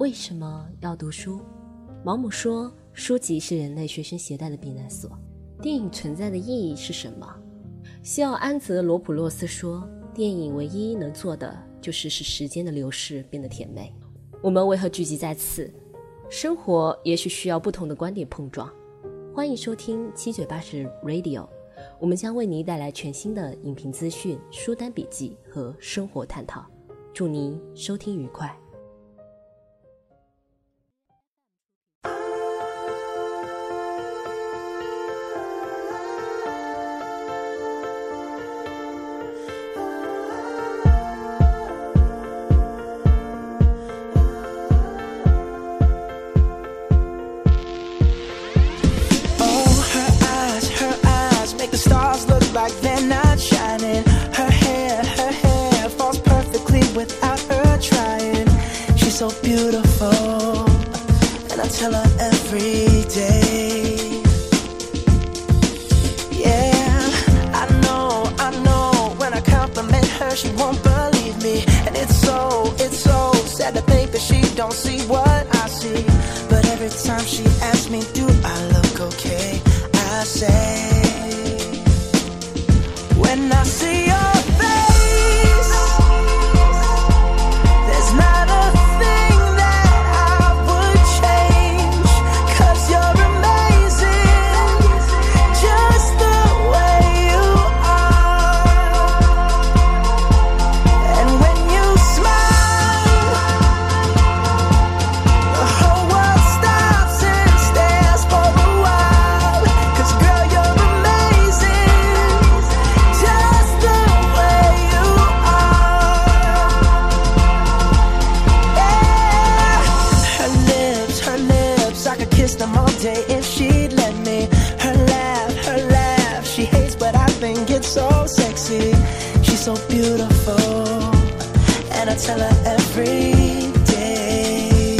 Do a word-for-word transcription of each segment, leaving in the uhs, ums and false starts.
为什么要读书？毛姆说，书籍是人类随身携带的避难所。电影存在的意义是什么？西奥安泽罗普洛斯说，电影唯一能做的就是使时间的流逝变得甜美。我们为何聚集在此？生活也许需要不同的观点碰撞。欢迎收听七嘴八舌 Radio， 我们将为您带来全新的影评资讯、书单笔记和生活探讨。祝您收听愉快。 So beautiful, and I tell her every day. Yeah, I know, I know. When I compliment her, she won't believe me, and it's so, it's so sad to think that she don't see what I see. But every time she asks me, do I look okay? I say, when I see your face, there's not a them all day if she'd let me. Her laugh, her laugh, she hates but I think it's so sexy. She's so beautiful, and I tell her every day.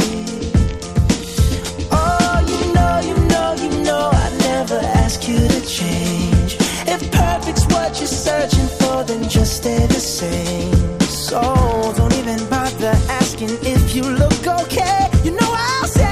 Oh, you know, you know, you know I never ask you to change. If perfect's what you're searching for, then just stay the same. So don't even bother asking if you look okay. You know I'll say,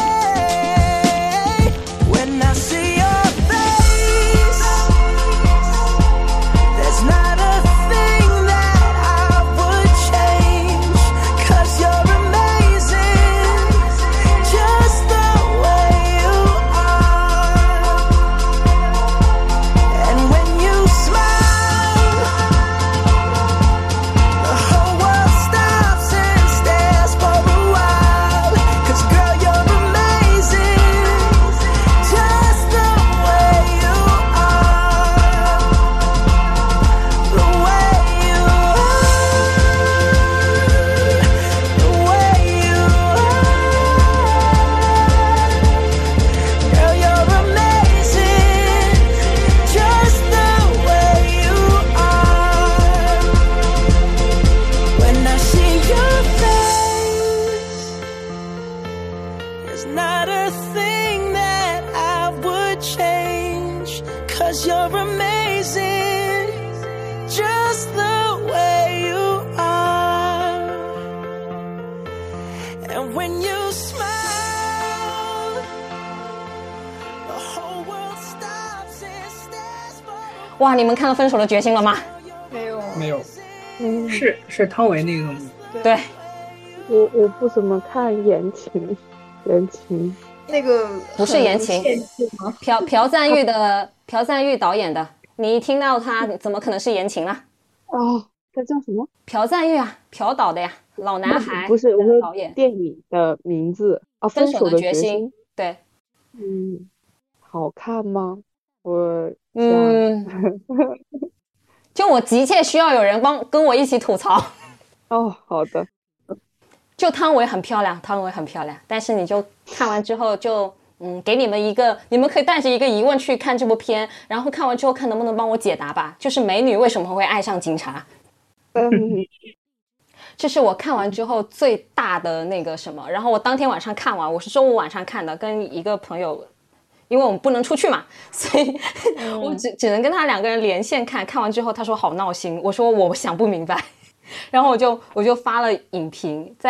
哇，你们看到分手的决心了吗？ 没有， 没有， 嗯， 是是汤唯那个吗？ 对， 我我不怎么看言情，言情那个不是言情，朴朴赞郁的朴赞郁导演的，你一听到他怎么可能是言情呢？ 哦，他叫什么？ 朴赞郁啊，朴导的呀，老男孩不是，我说导演电影的名字啊， 分手的决心。 对， 嗯，好看吗？我嗯，就我急切需要有人帮跟我一起吐槽。 哦，好的。 就汤唯很漂亮，汤唯很漂亮，但是你就看完之后就嗯，给你们一个，你们可以带着一个疑问去看这部片，然后看完之后看能不能帮我解答吧，就是美女为什么会爱上警察。 嗯， 这是我看完之后最大的那个什么，然后我当天晚上看完，我是周五晚上看的，跟一个朋友，因为我们不能出去嘛，所以我只只能跟他两个人连线看，看完之后他说好闹心，我说我想不明白，然后我就我就发了影评，在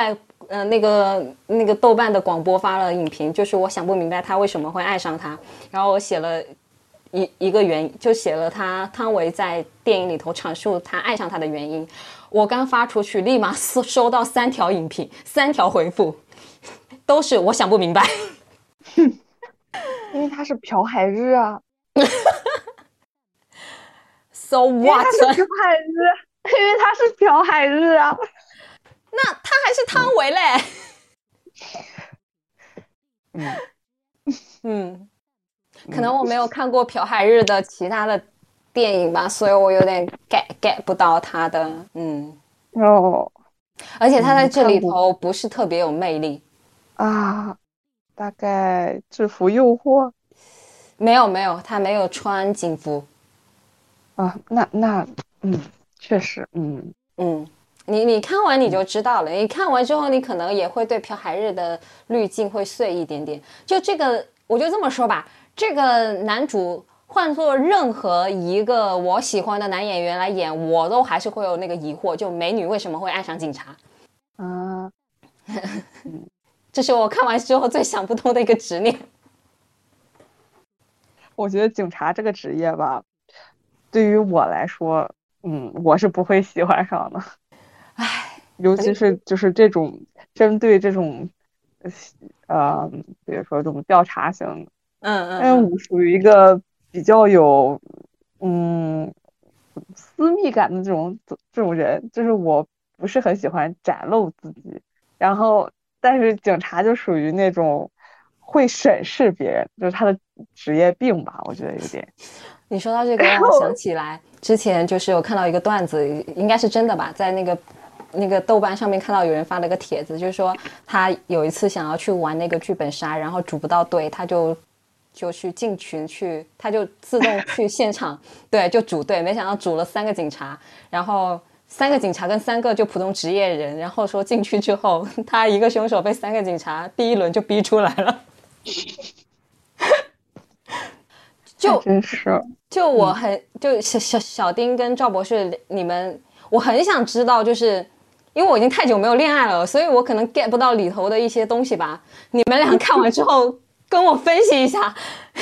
呃那个那个豆瓣的广播发了影评，就是我想不明白他为什么会爱上他，然后我写了一一个原因，就写了他汤唯在电影里头阐述他爱上他的原因。我刚发出去，立马收收到三条影评，三条回复，都是我想不明白。 因为他是朴海日啊。 So 因为 what？ 他是朴海日，因为他是朴海日啊。 那他还是汤唯嘞。 嗯嗯，可能我没有看过朴海日的其他的电影吧，所以我有点 get get 不到他的，嗯， 哦而且他在这里头不是特别有魅力。 啊，大概制服诱惑没有没有，他没有穿警服。 啊，那那嗯，确实，嗯嗯，你你看完你就知道了，你看完之后你可能也会对朴海日的滤镜会碎一点点。就这个，我就这么说吧，这个男主换做任何一个我喜欢的男演员来演，我都还是会有那个疑惑，就美女为什么会爱上警察啊， 这是我看完之后最想不通的一个执念。 我觉得警察这个职业吧，对于我来说，嗯，我是不会喜欢上的。 唉， 尤其是就是这种针对这种，呃，比如说这种调查型， 嗯嗯嗯，我属于一个比较有嗯私密感的这种这种人，就是我不是很喜欢展露自己，然后但是警察就属于那种会审视别人，就是他的职业病吧，我觉得有点。 你说到这个让我想起来，之前就是有看到一个段子，应该是真的吧，在那个那个豆瓣上面看到有人发了个帖子，就是说他有一次想要去玩那个剧本杀，然后组不到队，他就就去进群去，他就自动去现场，对，就组队，没想到组了三个警察，然后三个警察跟三个就普通职业人，然后说进去之后，他一个凶手被三个警察第一轮就逼出来了。就真是， 就我很、嗯、就小小小丁跟赵博士，你们我很想知道，就是因为我已经太久没有恋爱了，所以我可能 get 不到里头的一些东西吧。你们俩看完之后跟我分析一下，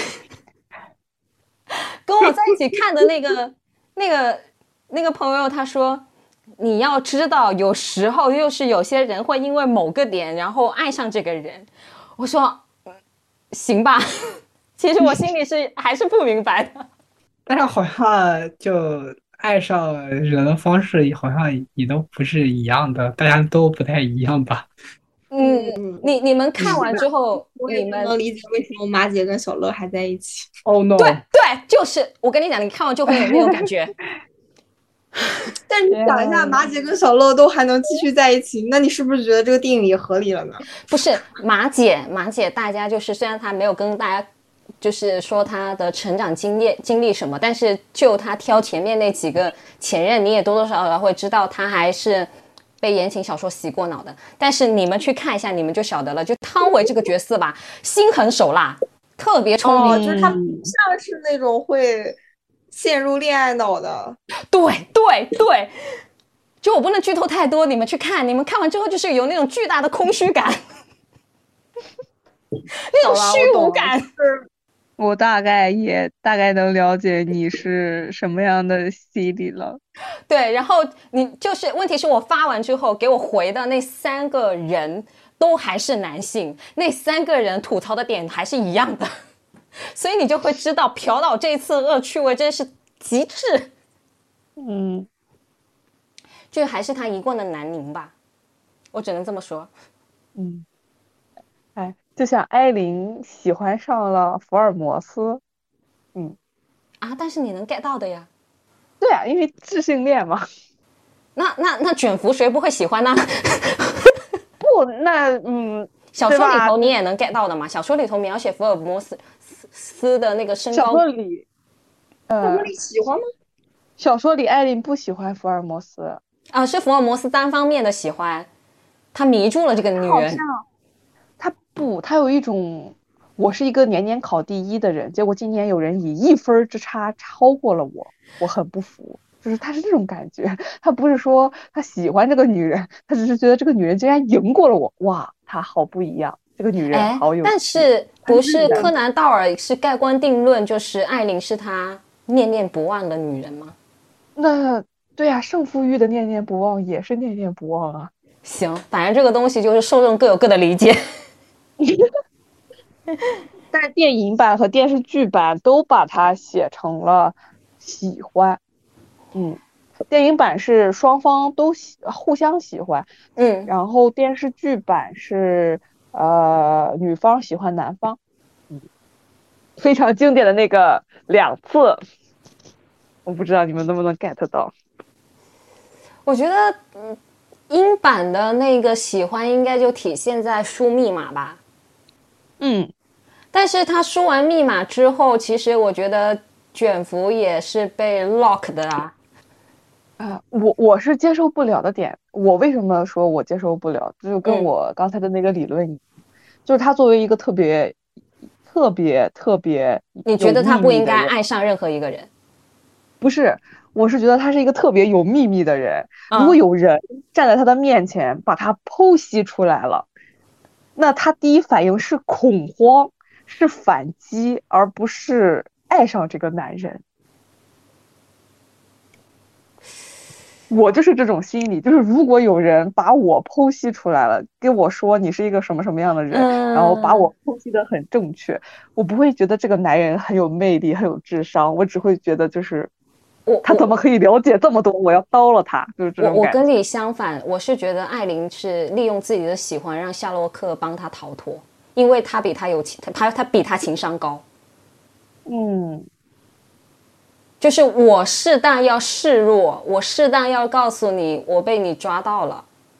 跟我在一起看的那个那个那个朋友他说，你要知道，有时候就是有些人会因为某个点，然后爱上这个人。我说，行吧。其实我心里是还是不明白的， 但是好像就爱上人的方式好像也都不是一样的，大家都不太一样吧。 嗯，你你们看完之后， 我也你们能理解为什么马姐跟小乐还在一起。 Oh no！ 对对，就是我跟你讲，你看完就会有那种感觉。 但是你想一下，马姐跟小乐都还能继续在一起，那你是不是觉得这个电影也合理了呢？ 不是，马姐，马姐，大家就是虽然她没有跟大家。就是说他的成长经历经历什么，但是就他挑前面那几个前任，你也多多少少会知道他还是被言情小说洗过脑的。但是你们去看一下，你们就晓得了。就汤唯这个角色吧，心狠手辣，特别聪明， 哦、就是他不像是那种会陷入恋爱脑的。 对对对，就我不能剧透太多，你们去看，你们看完之后就是有那种巨大的空虚感，那种虚无感。 我大概也大概能了解你是什么样的心理了。 对，然后你就是问题是我发完之后给我回的那三个人都还是男性，那三个人吐槽的点还是一样的，所以你就会知道朴导这一次恶趣味真是极致。 嗯， 就还是他一贯的南宁吧，我只能这么说。 嗯，哎。就像艾琳喜欢上了福尔摩斯，嗯， 啊，但是你能 get 到的呀。 对啊，因为智性恋嘛。 那那那卷福谁不会喜欢呢？ 不，那嗯， 小说里头你也能 get 到的嘛。小说里头描写福尔摩斯斯的那个身高， 小说里， 呃，小说里喜欢吗？ 小说里艾琳不喜欢福尔摩斯啊，是福尔摩斯单方面的喜欢，他迷住了这个女人。 他不，他有一种，我是一个年年考第一的人，结果今年有人以一分之差超过了我，我很不服。 就是他是这种感觉，他不是说他喜欢这个女人，他只是觉得这个女人竟然赢过了我，哇，他好不一样，这个女人哎好有趣。 但是不是柯南道尔是盖棺定论，就是艾琳是他念念不忘的女人吗？ 那对呀、胜负欲的念念不忘也是念念不忘啊。 行，反正这个东西就是受众各有各的理解。 但是电影版和电视剧版都把它写成了喜欢，嗯，电影版是双方都喜互相喜欢， 嗯， 然后电视剧版是呃女方喜欢男方，嗯，非常经典的那个两次，我不知道你们能不能 get 到。 我觉得嗯，英版的那个喜欢应该就体现在输密码吧。 嗯， 但是他输完密码之后，其实我觉得卷福也是被 lock 的啊。 啊，我我是接受不了的点，我为什么说我接受不了，就跟嗯我刚才的那个理论一样，就是他作为一个特别特别特别你觉得他不应该有秘密的人， 爱上任何一个人？ 不是，我是觉得他是一个特别有秘密的人。 嗯如果有人站在他的面前把他剖析出来了，那他第一反应是恐慌，是反击，而不是爱上这个男人。我就是这种心理，就是如果有人把我剖析出来了，跟我说你是一个什么什么样的人， 嗯然后把我剖析的很正确，我不会觉得这个男人很有魅力、很有智商，我只会觉得就是我他怎么可以了解这么多，我要刀了他，就是这我种感觉。 我跟你相反，我是觉得艾琳是利用自己的喜欢让夏洛克帮他逃脱，因为他比他有情，他他比他情商高。 嗯就是我适当要示弱，我适当要告诉你，我被你抓到了。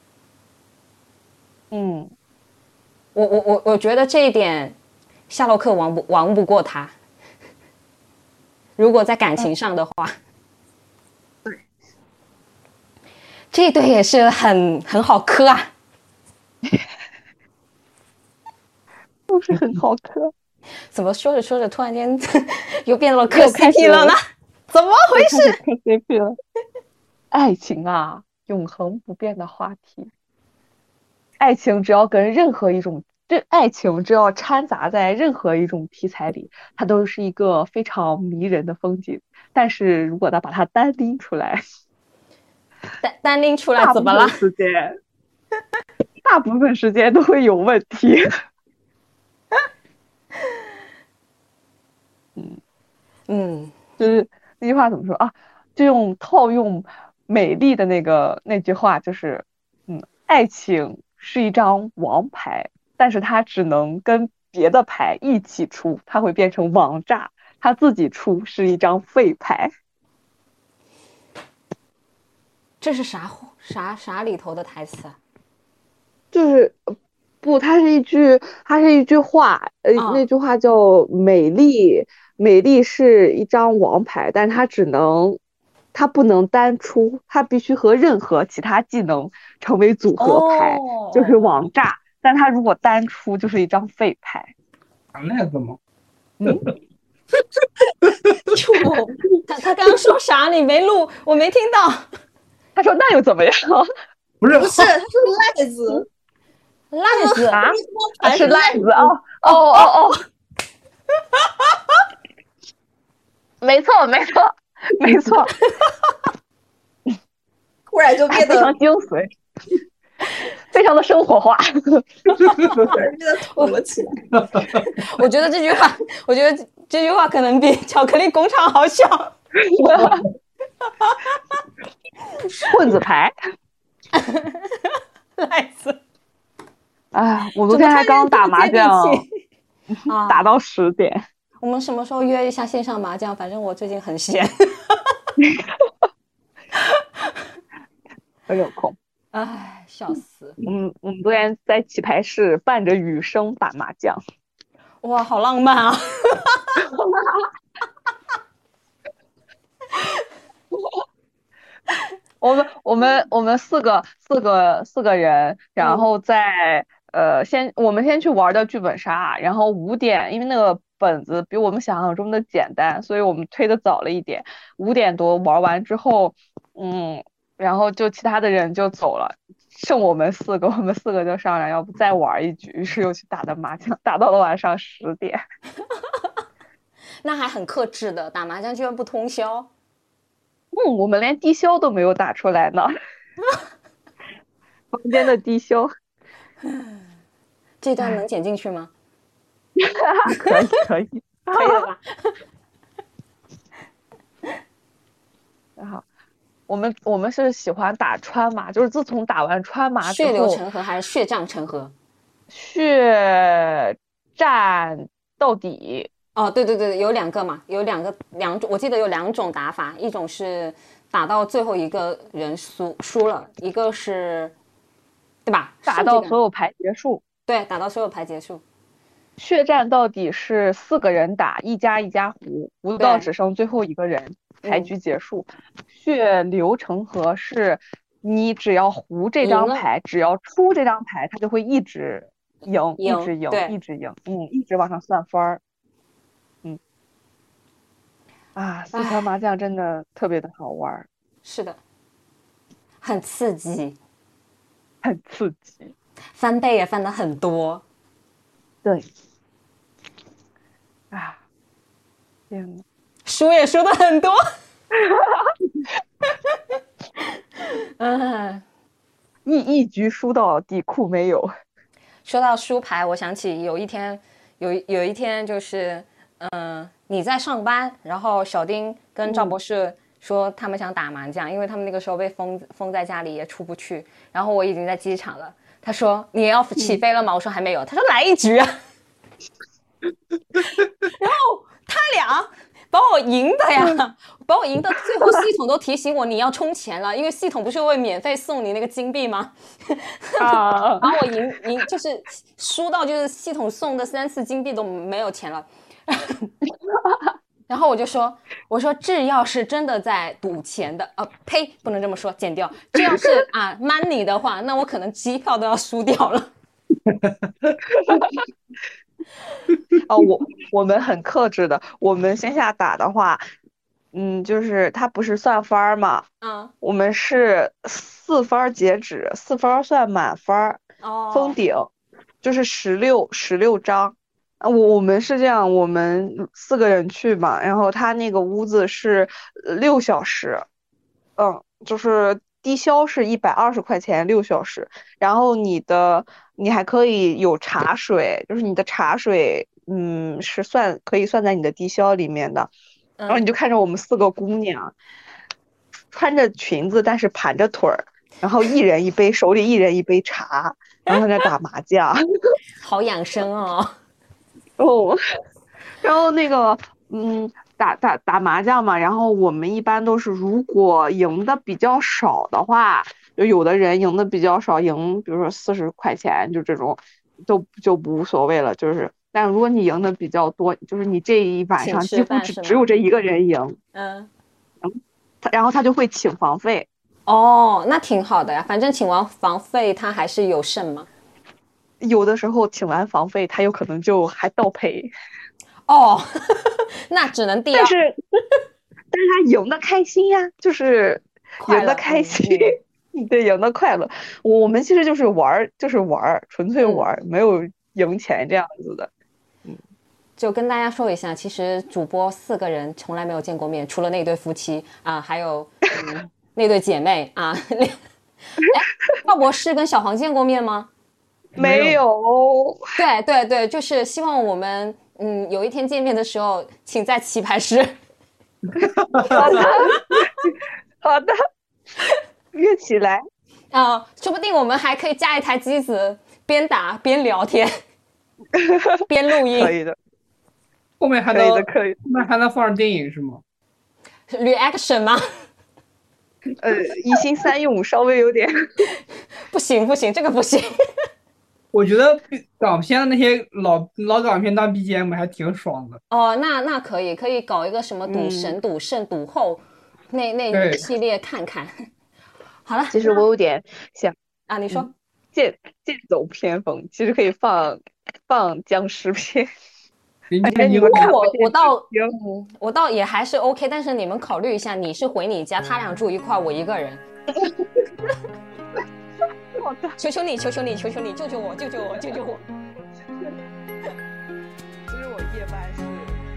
嗯， 我我我我觉得这一点，夏洛克玩不玩不过他。如果在感情上的话， 对， 这一对也是很很好磕啊。 都是很好磕。 怎么说着说着，突然间又变了磕又开始 C P 了呢？怎么回事？ 开始磕 C P 了。爱情啊，永恒不变的话题。爱情只要跟任何一种，这爱情只要掺杂在任何一种题材里，它都是一个非常迷人的风景。但是如果他把它单拎出来， 单单拎出来大部怎么了分？时间，大部分时间都会有问题。 嗯， 就是那句话怎么说啊？就用套用美丽的那个那句话，就是嗯，爱情是一张王牌，但是它只能跟别的牌一起出，它会变成王炸，它自己出是一张废牌。 这是啥啥啥里头的台词啊？ 就是呃不，它是一句，它是一句话，呃， 啊那句话叫美丽，美丽是一张王牌，但它只能，它不能单出，它必须和任何其他技能成为组合牌， 哦就是王炸。但它如果单出，就是一张废牌。 打赖子吗？ 嗯， 他他刚刚说啥？你没录，我没听到。 他说那又怎么样？ 不是， 不是，他说赖子， 赖子啊， 还是赖赖子哦哦哦哦，没错没错没错， 突然就变得非常精髓，非常的生活化。 突然变得土了起来。 我觉得这句话，我觉得这句话可能比巧克力工厂好笑。 棍子牌， 赖子， 哎，我昨天还刚打麻将， 啊打到十点。 我们什么时候约一下线上麻将？反正我最近很闲。 很有空。 唉，笑死！ 我们我们昨天在棋牌室伴着雨声打麻将。 哇，好浪漫啊！ 我们我们我们四个四个四个人，然后在、呃先我们先去玩的剧本杀，然后五点因为那个本子比我们想象中的简单，所以我们推的早了一点，五点多玩完之后，嗯，然后就其他的人就走了，剩我们四个，我们四个就商量要不再玩一局，于是又去打的麻将，打到了晚上十点。 那还很克制的，打麻将居然不通宵。 嗯，我们连低消都没有打出来呢，房间的低消。 这段能剪进去吗？ 可以可以可以了吧？ 然后我们我们是喜欢打川麻，就是自从打完川麻之血流后， 成河还是血战成河？ 血战到底。 哦，对对对，有两个嘛，有两个两种，我记得有两种打法，一种是打到最后一个人输输了，一个是，对吧？ 打到所有牌结束。 对，打到所有牌结束。 血战到底是四个人打，一家一家胡，胡到只剩最后一个人，牌局结束。嗯、血流成河是，你只要胡这张牌，只要出这张牌，它就会一直赢，一直赢，一直赢，嗯，一直往上算分儿。嗯，啊，四川麻将真的特别的好玩。 是的，很刺激， 很刺激， 翻倍也翻的很多。 对。啊，天哪， 输也输的很多。嗯， 一一局输到底库没有。 说到输牌，我想起有一天，有有一天就是，嗯、呃，你在上班，然后小丁跟赵博士说他们想打麻将，嗯、因为他们那个时候被封封在家里也出不去，然后我已经在机场了。他说你要起飞了吗？嗯、我说还没有。他说来一局啊。然后他俩把我赢的呀，把我赢的，最后系统都提醒我你要充钱了，因为系统不是会免费送你那个金币吗？ 啊， 把我赢赢就是输到就是系统送的三次金币都没有钱了。然后我就说，我说这要是真的在赌钱的，呃，呸，不能这么说，剪掉。这要是啊 money 的话，那我可能机票都要输掉了。 哦，我我们很克制的，我们线下打的话，嗯，就是它不是算分儿嘛， 嗯， 我们是四分截止，四分算满分， 哦， 封顶，就是十六十六张。啊，我我们是这样，我们四个人去嘛，然后他那个屋子是六小时，嗯，就是低消是一百二十块钱六小时，然后你的你还可以有茶水，就是你的茶水，嗯，是算可以算在你的低消里面的，然后你就看着我们四个姑娘，穿着裙子，但是盘着腿儿，然后一人一杯，手里一人一杯茶，然后在那打麻将， 好养生哦。 哦，然后那个，嗯，打打打麻将嘛，然后我们一般都是，如果赢的比较少的话，就有的人赢的比较少，赢比如说四十块钱，就这种，就就无所谓了，就是，但如果你赢的比较多，就是你这一晚上几乎只只有这一个人赢， 嗯， 他然后他就会请房费。 哦，那挺好的呀，反正请完房费他还是有剩嘛。 有的时候请完房费，他有可能就还倒赔。 哦，那只能第二。 但是，但是他赢得开心呀，就是赢得开心，嗯、对，赢得快乐。我们其实就是玩，就是玩，纯粹玩，嗯、没有赢钱这样子的。嗯， 就跟大家说一下，其实主播四个人从来没有见过面，除了那对夫妻啊，还有、嗯、那对姐妹啊。哎，赵博士跟小黄见过面吗？ 没有。 对对对，就是希望我们嗯有一天见面的时候，请在棋牌室。 好的，好的，约起来啊、呃，说不定我们还可以加一台机子，边打边聊天，边录音。 可以的， 后面还能可以的，可以。 后面还能放上电影是吗 ？reaction 吗？ 呃，一心三用稍微有点不行不行，这个不行。 我觉得港片的那些老老港片当 B G M 还挺爽的。 哦，那那可以，可以搞一个什么赌神、嗯、赌圣、赌后那那系列看看。好了， 其实我有点想啊，你说、 嗯、剑剑走偏锋，其实可以放放僵尸片。 你而且你不过我你们看不见我倒指标嗯，我倒也还是 OK，但是你们考虑一下，你是回你家，他俩住一块，我一个人。 好的， 求求你，求求你，求求你，救救我，救救我，救救我！ 其实我夜班是。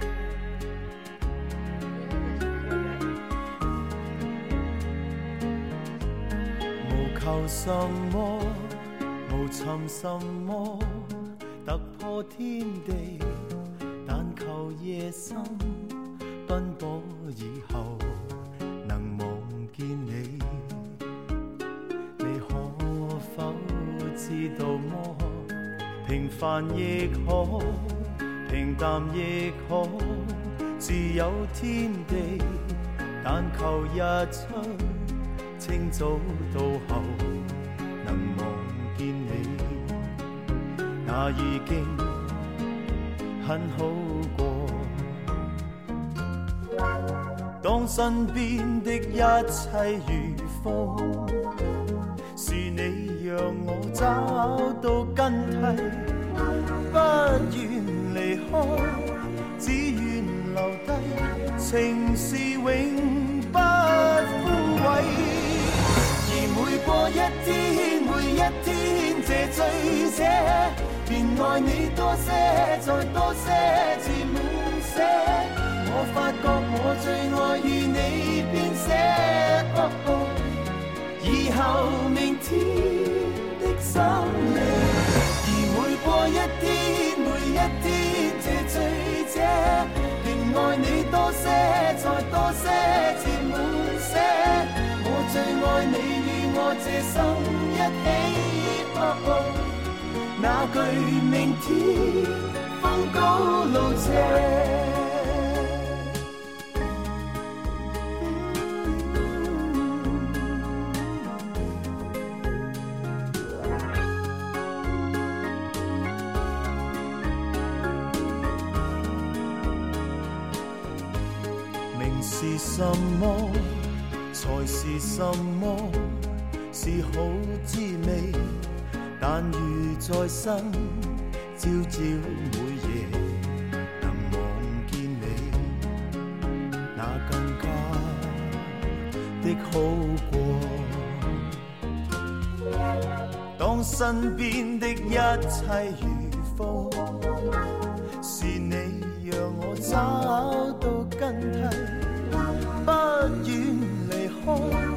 無求什麼，無尋什麼，突破天地，但求夜深奔波以後能望見你。你可否知道麼？平凡亦可，平淡亦可，自有天地，但求日出清早到後能望見你，那已經很好過。當身邊的一切如風，是你讓我找到根蒂，不願離開，只願留低，情是永不枯萎。每過一天，每一天，這醉者便愛你多些，再多些，至滿瀉。我發覺我最愛與你編寫，哦哦，以後明天的深夜。而每過一天，每一天，這醉者便愛你多些，再多些，至滿瀉。我最愛你。我這生一起，哦哦，那句明天風高路斜。名是什麼，財是什麼？是好滋味，但如在生，朝朝每夜能望見你，那更加的好過。當身邊的一切如風，是你讓我找到根蒂，不願離開。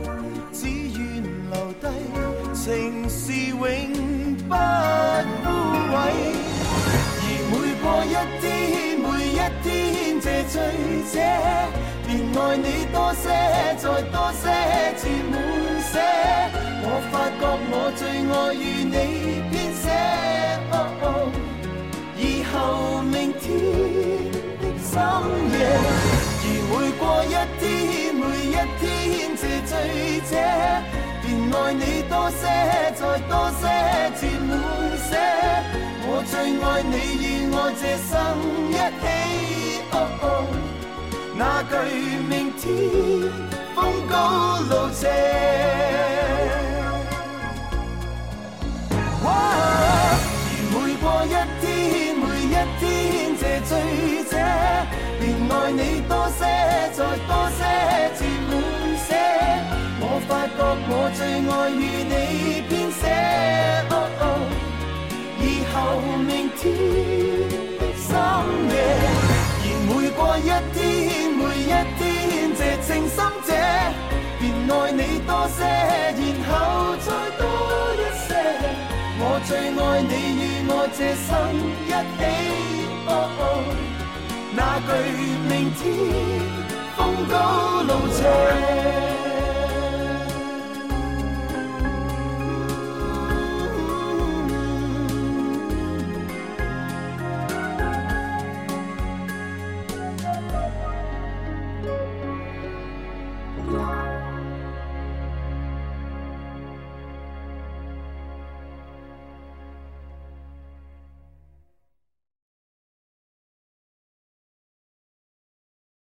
情是永不枯萎，而每過一天，每一天，這醉者便愛你多些，再多些，至滿瀉。我發覺我最愛與你編寫，哦哦，以後明天的深夜。而每過一天，每一天，這醉者便愛你多些，再多些，至滿瀉。我最愛你與我這生一起，哦哦，那句明天風高路斜。而每過一天，每一天，這醉者便愛你多些，再多些，至滿瀉。我發覺我最愛與你編寫，哦哦，以後明天的深夜。而每過一天，每一天，這情深者便愛你多些，然後再多一些。我最愛你與我這生一起，哦哦，那句明天風高路斜。